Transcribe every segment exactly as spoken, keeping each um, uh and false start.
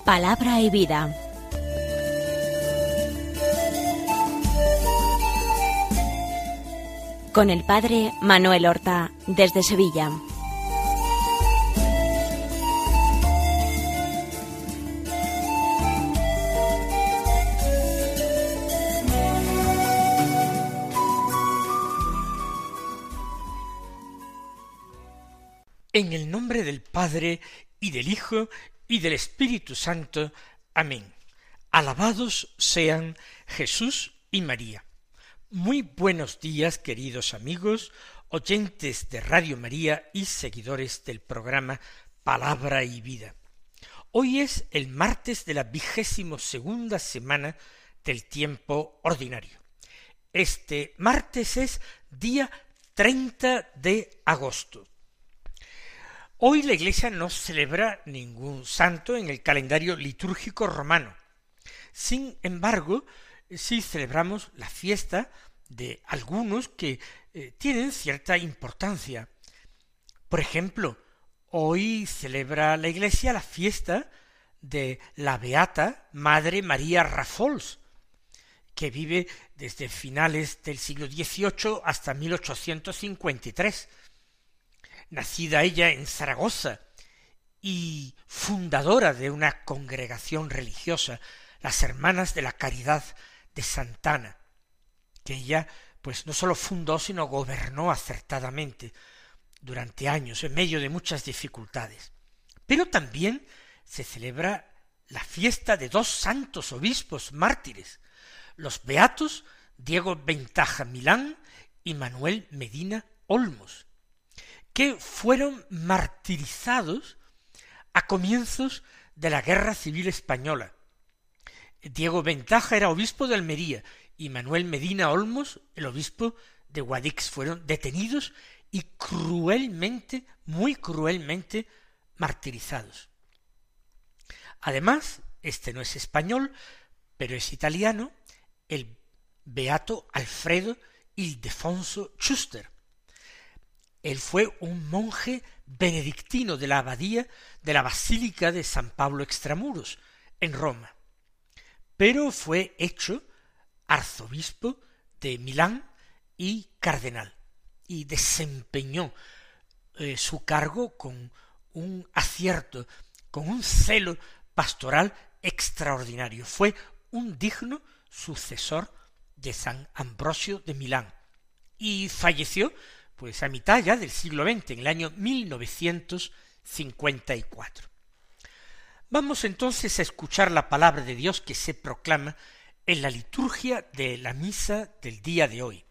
Palabra y vida. Con el padre Manuel Horta, desde Sevilla. En el nombre del Padre, y del Hijo, y del Espíritu Santo. Amén. Alabados sean Jesús y María. Muy buenos días, queridos amigos, oyentes de Radio María y seguidores del programa Palabra y Vida. Hoy es el martes de la vigésimo segunda semana del tiempo ordinario. Este martes es día treinta de agosto. Hoy la Iglesia no celebra ningún santo en el calendario litúrgico romano. Sin embargo, sí celebramos la fiesta de algunos que eh, tienen cierta importancia. Por ejemplo, hoy celebra la Iglesia la fiesta de la beata Madre María Rafols, que vive desde finales del siglo dieciocho hasta mil ochocientos cincuenta y tres. Nacida ella en Zaragoza y fundadora de una congregación religiosa, las Hermanas de la Caridad de Santana, que ella pues no sólo fundó, sino gobernó acertadamente durante años, en medio de muchas dificultades. Pero también se celebra la fiesta de dos santos obispos mártires, los beatos Diego Ventaja Milán y Manuel Medina Olmos, que fueron martirizados a comienzos de la Guerra Civil Española. Diego Ventaja era obispo de Almería y Manuel Medina Olmos, el obispo de Guadix, fueron detenidos y cruelmente, muy cruelmente martirizados. Además, este no es español, pero es italiano, el beato Alfredo Ildefonso Schuster. Él fue un monje benedictino de la abadía de la Basílica de San Pablo Extramuros, en Roma, pero fue hecho arzobispo de Milán y cardenal, y desempeñó eh, su cargo con un acierto, con un celo pastoral extraordinario. Fue un digno sucesor de San Ambrosio de Milán, y falleció pues a mitad ya del siglo veinte, en el año mil novecientos cincuenta y cuatro. Vamos entonces a escuchar la palabra de Dios que se proclama en la liturgia de la misa del día de hoy.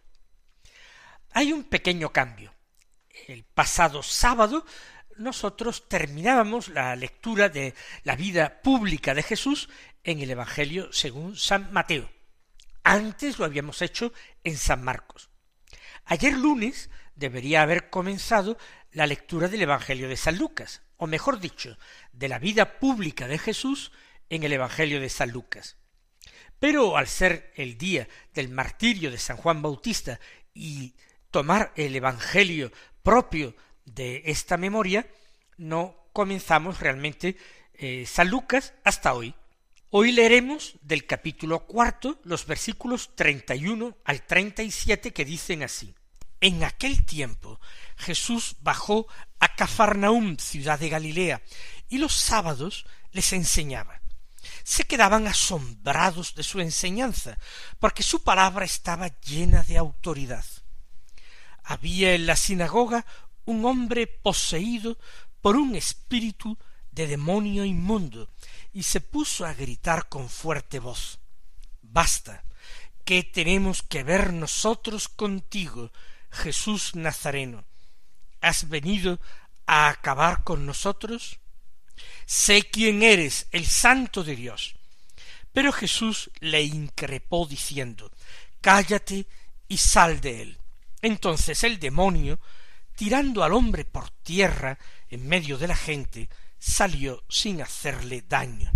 Hay un pequeño cambio. El pasado sábado nosotros terminábamos la lectura de la vida pública de Jesús en el Evangelio según San Mateo. Antes lo habíamos hecho en San Marcos. Ayer lunes debería haber comenzado la lectura del Evangelio de San Lucas, o mejor dicho, de la vida pública de Jesús en el Evangelio de San Lucas. Pero al ser el día del martirio de San Juan Bautista y tomar el Evangelio propio de esta memoria, no comenzamos realmente eh, San Lucas hasta hoy. Hoy leeremos del capítulo cuarto los versículos treinta y uno al treinta y siete que dicen así. En aquel tiempo Jesús bajó a Cafarnaúm, ciudad de Galilea, y los sábados les enseñaba. Se quedaban asombrados de su enseñanza, porque su palabra estaba llena de autoridad. Había en la sinagoga un hombre poseído por un espíritu de demonio inmundo, y se puso a gritar con fuerte voz: «Basta, ¿qué tenemos que ver nosotros contigo, Jesús Nazareno? ¿Has venido a acabar con nosotros? Sé quién eres, el Santo de Dios». Pero Jesús le increpó diciendo: «Cállate y sal de él». Entonces el demonio, tirando al hombre por tierra en medio de la gente, salió sin hacerle daño.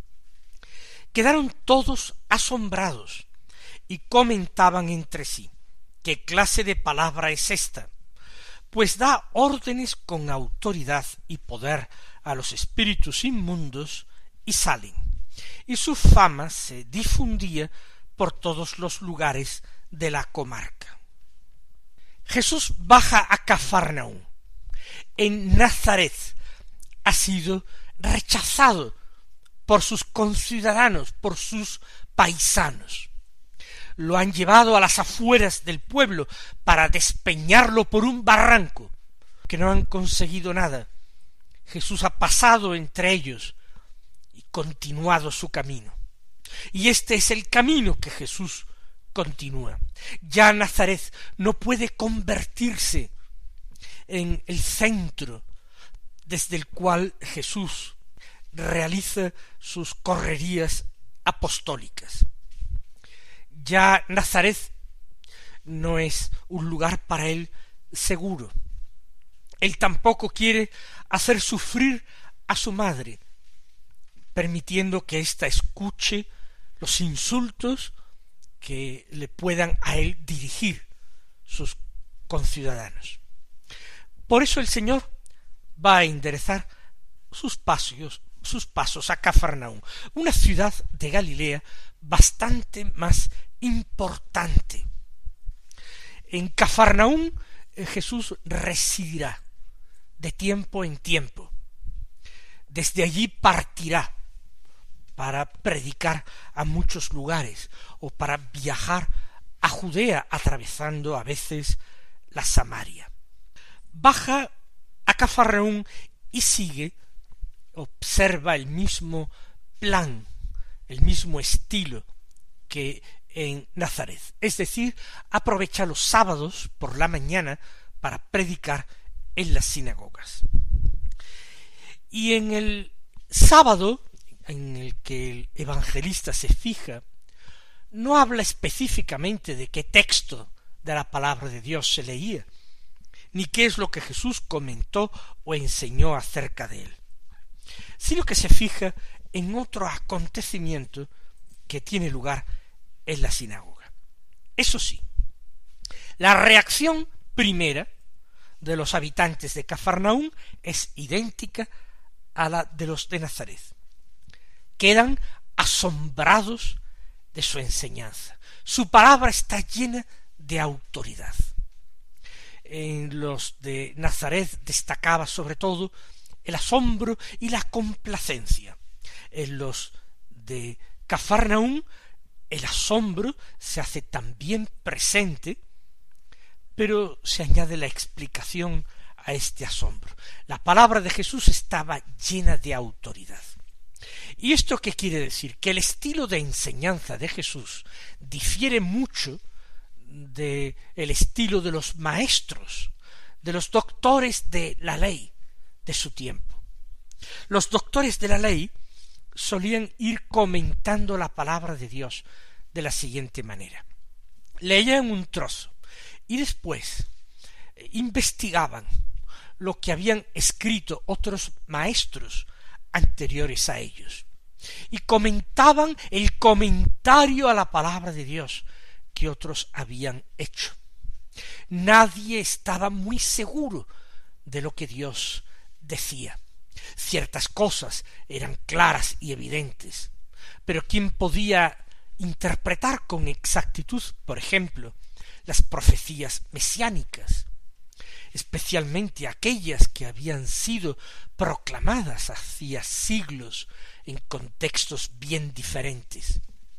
Quedaron todos asombrados y comentaban entre sí: ¿qué clase de palabra es esta? Pues da órdenes con autoridad y poder a los espíritus inmundos y salen, y su fama se difundía por todos los lugares de la comarca. Jesús baja a Cafarnaúm. En Nazaret ha sido rechazado por sus conciudadanos, por sus paisanos. Lo han llevado a las afueras del pueblo para despeñarlo por un barranco, que no han conseguido nada. Jesús ha pasado entre ellos y continuado su camino. Y este es el camino que Jesús continúa. Ya Nazaret no puede convertirse en el centro desde el cual Jesús realiza sus correrías apostólicas. Ya Nazaret no es un lugar para él seguro. Él tampoco quiere hacer sufrir a su madre, permitiendo que ésta escuche los insultos que le puedan a él dirigir sus conciudadanos. Por eso el Señor va a enderezar sus pasos, sus pasos a Cafarnaúm, una ciudad de Galilea bastante más importante. En Cafarnaúm Jesús residirá de tiempo en tiempo. Desde allí partirá para predicar a muchos lugares o para viajar a Judea, atravesando a veces la Samaria. Baja a Cafarnaúm y sigue, observa el mismo plan, el mismo estilo que en Nazaret, es decir, aprovecha los sábados por la mañana para predicar en las sinagogas. Y en el sábado en el que el evangelista se fija, no habla específicamente de qué texto de la palabra de Dios se leía, ni qué es lo que Jesús comentó o enseñó acerca de él, sino que se fija en otro acontecimiento que tiene lugar en la sinagoga. Eso sí, la reacción primera de los habitantes de Cafarnaúm es idéntica a la de los de Nazaret. Quedan asombrados de su enseñanza. Su palabra está llena de autoridad. En los de Nazaret destacaba sobre todo el asombro y la complacencia. En los de Cafarnaúm el asombro se hace también presente, pero se añade la explicación a este asombro. La palabra de Jesús estaba llena de autoridad. ¿Y esto qué quiere decir? Que el estilo de enseñanza de Jesús difiere mucho del estilo de los maestros, de los doctores de la ley de su tiempo. Los doctores de la ley solían ir comentando la palabra de Dios de la siguiente manera. Leían un trozo y después investigaban lo que habían escrito otros maestros anteriores a ellos y comentaban el comentario a la palabra de Dios que otros habían hecho. Nadie estaba muy seguro de lo que Dios decía. Ciertas cosas eran claras y evidentes, pero ¿quién podía interpretar con exactitud, por ejemplo, las profecías mesiánicas, especialmente aquellas que habían sido proclamadas hacía siglos en contextos bien diferentes?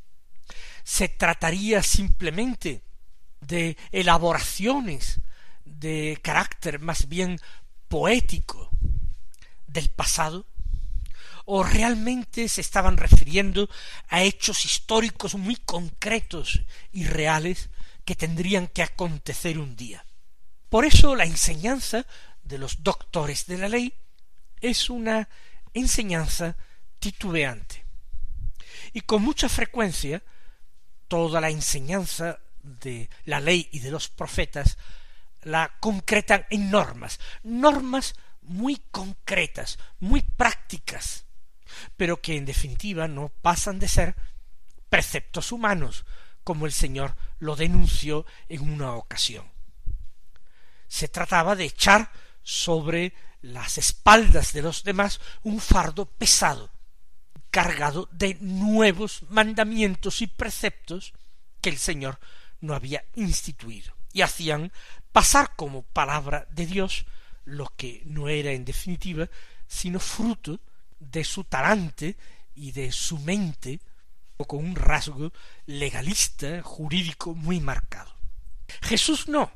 Se trataría simplemente de elaboraciones de carácter más bien poético del pasado, o realmente se estaban refiriendo a hechos históricos muy concretos y reales que tendrían que acontecer un día. Por eso la enseñanza de los doctores de la ley es una enseñanza titubeante, y con mucha frecuencia toda la enseñanza de la ley y de los profetas la concretan en normas, normas muy concretas, muy prácticas, pero que en definitiva no pasan de ser preceptos humanos, como el Señor lo denunció en una ocasión. Se trataba de echar sobre las espaldas de los demás un fardo pesado, cargado de nuevos mandamientos y preceptos que el Señor no había instituido, y hacían pasar como palabra de Dios lo que no era en definitiva sino fruto de su talante y de su mente, o con un rasgo legalista, jurídico muy marcado. Jesús no.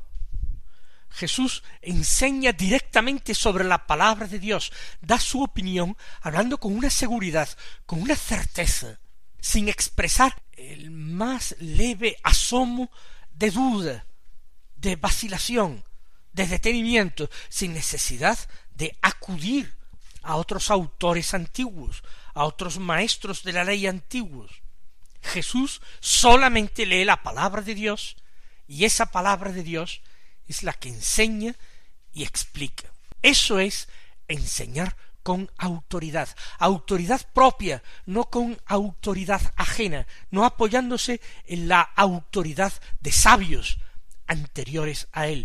Jesús enseña directamente sobre la palabra de Dios, da su opinión hablando con una seguridad, con una certeza, sin expresar el más leve asomo de duda, de vacilación, de detenimiento, sin necesidad de acudir a otros autores antiguos, a otros maestros de la ley antiguos. Jesús solamente lee la palabra de Dios, y esa palabra de Dios es la que enseña y explica. Eso es enseñar con autoridad, autoridad propia, no con autoridad ajena, no apoyándose en la autoridad de sabios anteriores a él,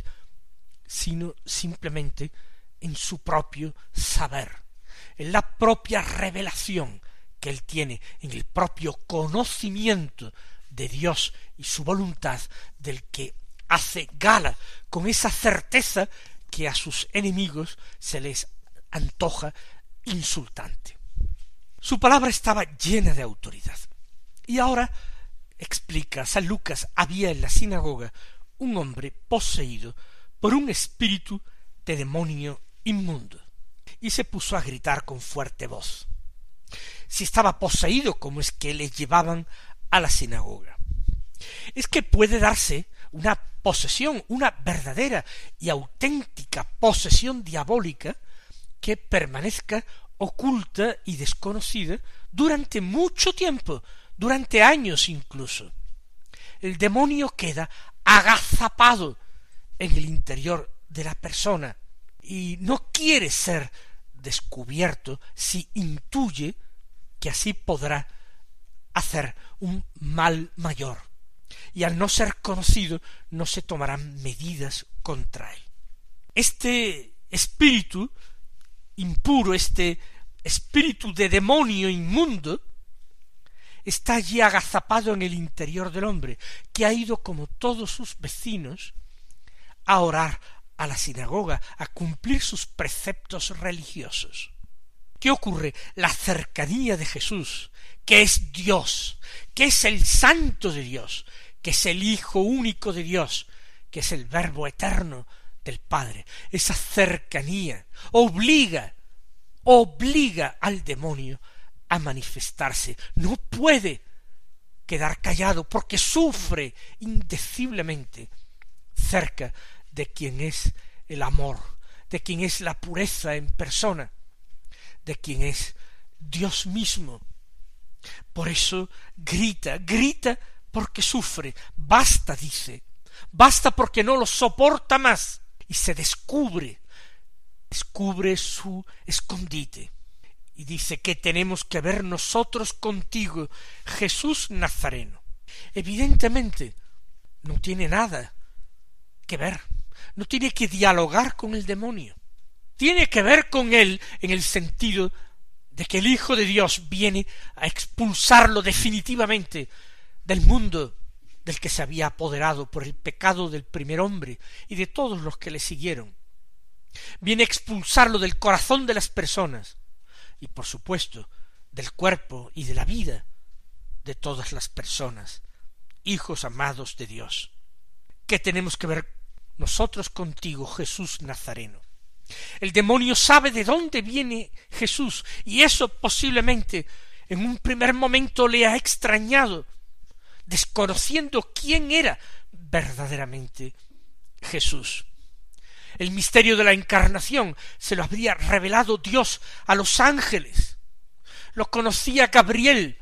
sino simplemente en su propio saber, en la propia revelación que él tiene, en el propio conocimiento de Dios y su voluntad, del que hace gala con esa certeza que a sus enemigos se les antoja insultante. Su palabra estaba llena de autoridad. Y ahora explica San Lucas: había en la sinagoga un hombre poseído por un espíritu de demonio inmundo, y se puso a gritar con fuerte voz. Si estaba poseído, ¿cómo es que le llevaban a la sinagoga? Es que puede darse una posesión, una verdadera y auténtica posesión diabólica que permanezca oculta y desconocida durante mucho tiempo, durante años incluso. El demonio queda agazapado en el interior de la persona y no quiere ser descubierto si intuye que así podrá hacer un mal mayor, y al no ser conocido no se tomarán medidas contra él. Este espíritu impuro, este espíritu de demonio inmundo, está allí agazapado en el interior del hombre, que ha ido como todos sus vecinos a orar a la sinagoga, a cumplir sus preceptos religiosos. ¿Qué ocurre? La cercanía de Jesús, que es Dios, que es el Santo de Dios, que es el Hijo único de Dios, que es el Verbo eterno del Padre. Esa cercanía obliga, obliga al demonio a manifestarse. No puede quedar callado porque sufre indeciblemente cerca de quien es el amor, de quien es la pureza en persona, de quien es Dios mismo. Por eso grita, grita porque sufre. Basta, dice, basta porque no lo soporta más, y se descubre, descubre su escondite, y dice: que tenemos que ver nosotros contigo, Jesús Nazareno. Evidentemente no tiene nada que ver, no tiene que dialogar con el demonio, tiene que ver con él en el sentido de que el Hijo de Dios viene a expulsarlo definitivamente del mundo del que se había apoderado por el pecado del primer hombre y de todos los que le siguieron. Viene a expulsarlo del corazón de las personas y, por supuesto, del cuerpo y de la vida de todas las personas, hijos amados de Dios. ¿Qué tenemos que ver nosotros contigo, Jesús Nazareno? El demonio sabe de dónde viene Jesús, y eso posiblemente en un primer momento le ha extrañado, desconociendo quién era verdaderamente Jesús. El misterio de la encarnación se lo habría revelado Dios a los ángeles. Lo conocía Gabriel,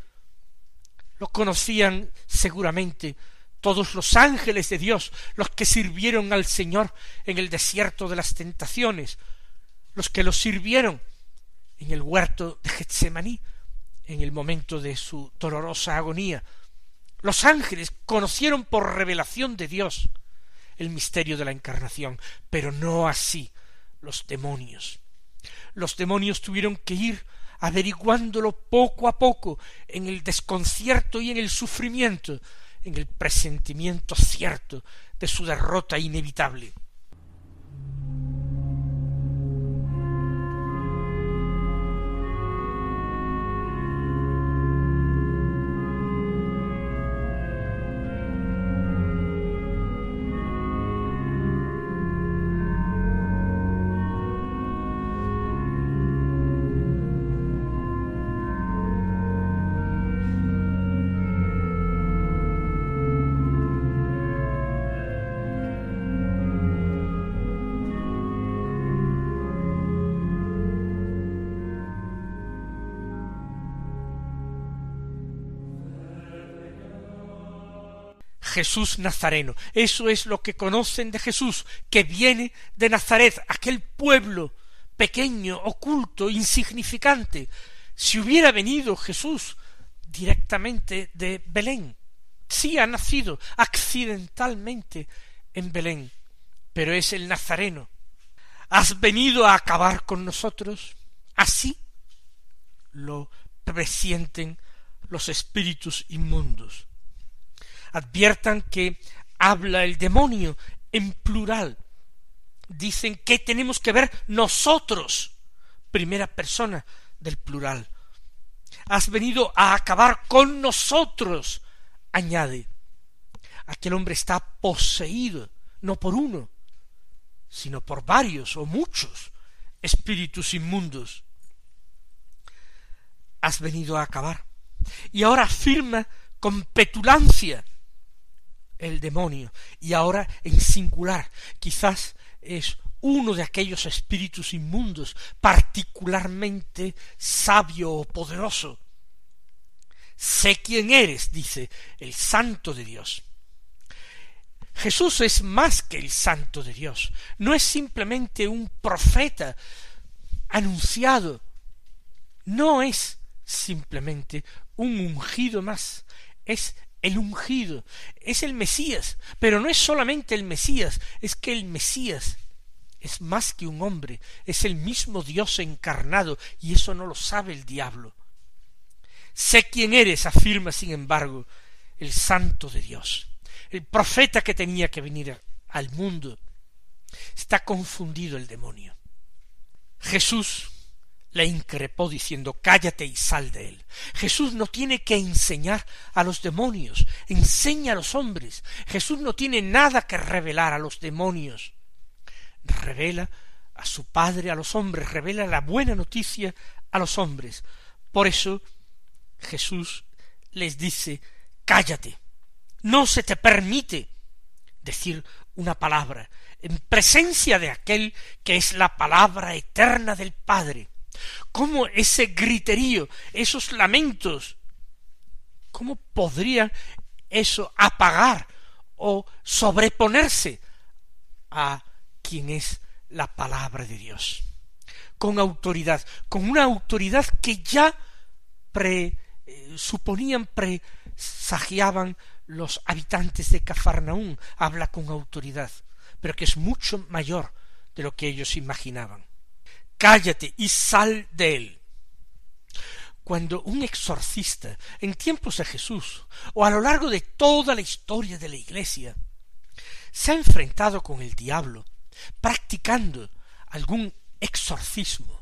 lo conocían seguramente todos los ángeles de Dios, los que sirvieron al Señor en el desierto de las tentaciones, los que lo sirvieron en el huerto de Getsemaní, en el momento de su dolorosa agonía. Los ángeles conocieron por revelación de Dios el misterio de la encarnación, pero no así los demonios. Los demonios tuvieron que ir averiguándolo poco a poco en el desconcierto y en el sufrimiento, en el presentimiento cierto de su derrota inevitable. Jesús Nazareno, eso es lo que conocen de Jesús, que viene de Nazaret, aquel pueblo pequeño, oculto, insignificante. Si hubiera venido Jesús directamente de Belén, sí ha nacido accidentalmente en Belén, pero es el Nazareno. ¿Has venido a acabar con nosotros? Así lo presienten los espíritus inmundos. Adviertan que habla el demonio en plural. Dicen que tenemos que ver nosotros, primera persona del plural. Has venido a acabar con nosotros, añade. Aquel hombre está poseído, no por uno, sino por varios o muchos espíritus inmundos. Has venido a acabar. Y ahora afirma con petulancia el demonio, y ahora en singular, quizás es uno de aquellos espíritus inmundos particularmente sabio o poderoso. Sé quién eres, dice, el Santo de Dios. Jesús es más que el Santo de Dios, no es simplemente un profeta anunciado, no es simplemente un ungido más, es el ungido, es el Mesías, pero no es solamente el Mesías, es que el Mesías es más que un hombre, es el mismo Dios encarnado, y eso no lo sabe el diablo. Sé quién eres, afirma sin embargo el Santo de Dios, el profeta que tenía que venir al mundo. Está confundido el demonio. Jesús le increpó diciendo: cállate y sal de él. Jesús no tiene que enseñar a los demonios, enseña a los hombres. Jesús no tiene nada que revelar a los demonios. Revela a su Padre, a los hombres, revela la buena noticia a los hombres. Por eso Jesús les dice: cállate, no se te permite decir una palabra en presencia de aquel que es la palabra eterna del Padre. ¿Cómo ese griterío, esos lamentos, cómo podría eso apagar o sobreponerse a quien es la palabra de Dios? Con autoridad, con una autoridad que ya pre, eh, suponían, presagiaban los habitantes de Cafarnaún. Habla con autoridad, pero que es mucho mayor de lo que ellos imaginaban. Cállate y sal de él. Cuando un exorcista, en tiempos de Jesús, o a lo largo de toda la historia de la Iglesia, se ha enfrentado con el diablo, practicando algún exorcismo,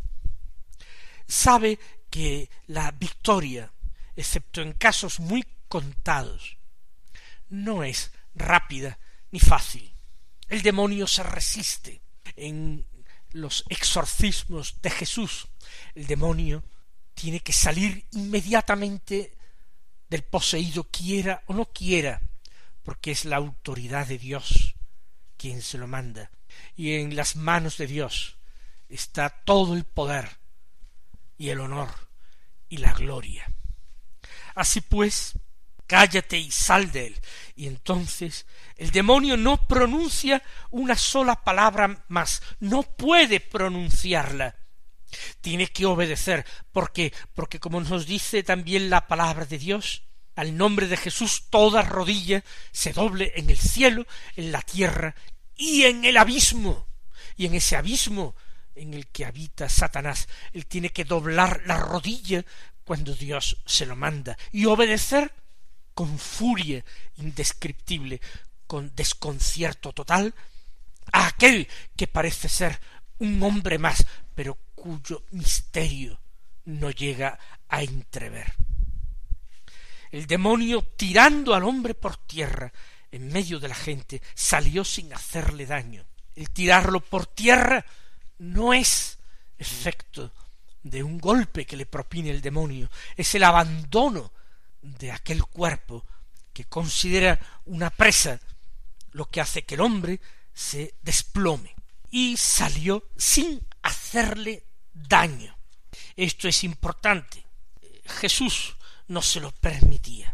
sabe que la victoria, excepto en casos muy contados, no es rápida ni fácil. El demonio se resiste. En los exorcismos de Jesús, el demonio tiene que salir inmediatamente del poseído, quiera o no quiera, porque es la autoridad de Dios quien se lo manda, y en las manos de Dios está todo el poder y el honor y la gloria. Así pues, cállate y sal de él. Y entonces el demonio no pronuncia una sola palabra más, no puede pronunciarla. Tiene que obedecer, porque porque como nos dice también la palabra de Dios, al nombre de Jesús toda rodilla se doble en el cielo, en la tierra y en el abismo. Y en ese abismo en el que habita Satanás. Él tiene que doblar la rodilla cuando Dios se lo manda y obedecer con furia indescriptible, con desconcierto total, a aquel que parece ser un hombre más, pero cuyo misterio no llega a entrever. El demonio, tirando al hombre por tierra en medio de la gente, salió sin hacerle daño. El tirarlo por tierra no es efecto de un golpe que le propine el demonio, es el abandono de aquel cuerpo que considera una presa, lo que hace que el hombre se desplome, y salió sin hacerle daño. Esto es importante. Jesús no se lo permitía.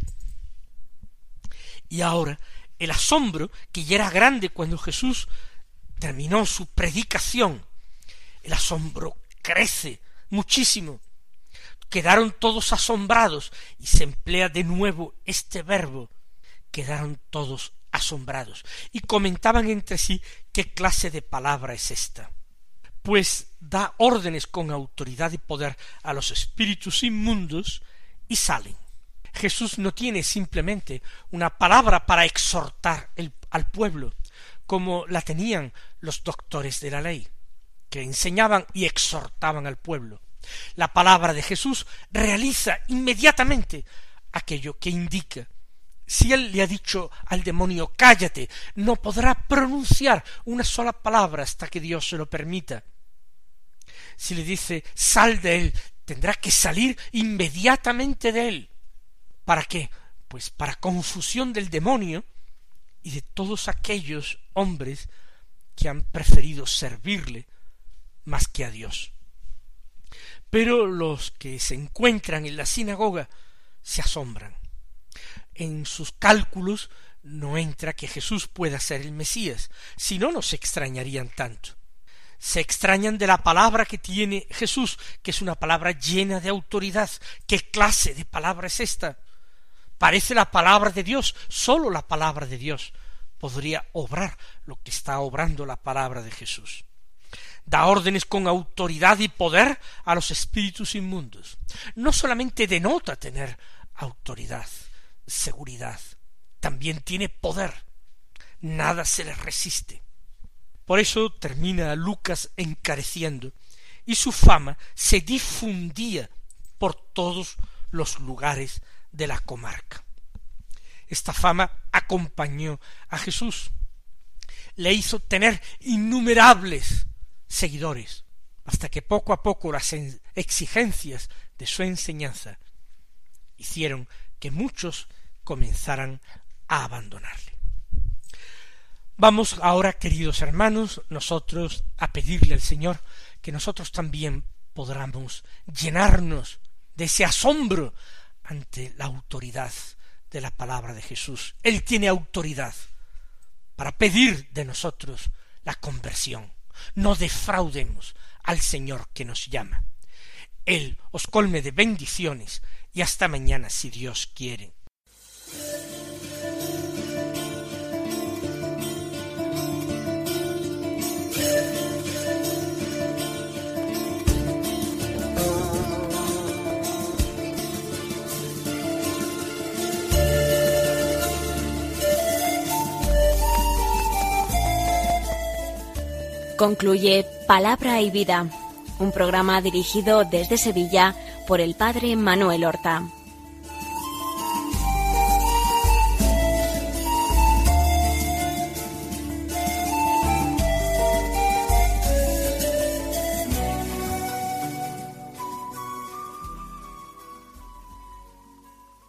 Y ahora el asombro, que ya era grande cuando Jesús terminó su predicación, el asombro crece muchísimo. Quedaron todos asombrados, y se emplea de nuevo este verbo, quedaron todos asombrados, y comentaban entre sí qué clase de palabra es esta. Pues da órdenes con autoridad y poder a los espíritus inmundos y salen. Jesús no tiene simplemente una palabra para exhortar el, al pueblo, como la tenían los doctores de la ley, que enseñaban y exhortaban al pueblo. La palabra de Jesús realiza inmediatamente aquello que indica. Si él le ha dicho al demonio cállate, no podrá pronunciar una sola palabra hasta que Dios se lo permita. Si le dice sal de él, tendrá que salir inmediatamente de él. ¿Para qué? Pues para confusión del demonio y de todos aquellos hombres que han preferido servirle más que a Dios. Pero los que se encuentran en la sinagoga se asombran. En sus cálculos no entra que Jesús pueda ser el Mesías, si no, no se extrañarían tanto. Se extrañan de la palabra que tiene Jesús, que es una palabra llena de autoridad. ¿Qué clase de palabra es esta? Parece la palabra de Dios, sólo la palabra de Dios podría obrar lo que está obrando la palabra de Jesús. Da órdenes con autoridad y poder a los espíritus inmundos. No solamente denota tener autoridad, seguridad, también tiene poder. Nada se le resiste. Por eso termina Lucas encareciendo, y su fama se difundía por todos los lugares de la comarca. Esta fama acompañó a Jesús, le hizo tener innumerables seguidores, hasta que poco a poco las exigencias de su enseñanza hicieron que muchos comenzaran a abandonarle. Vamos ahora, queridos hermanos, nosotros a pedirle al Señor que nosotros también podamos llenarnos de ese asombro ante la autoridad de la palabra de Jesús. Él tiene autoridad para pedir de nosotros la conversión. No defraudemos al Señor que nos llama. Él os colme de bendiciones y hasta mañana si Dios quiere. Concluye Palabra y Vida, un programa dirigido desde Sevilla por el padre Manuel Horta.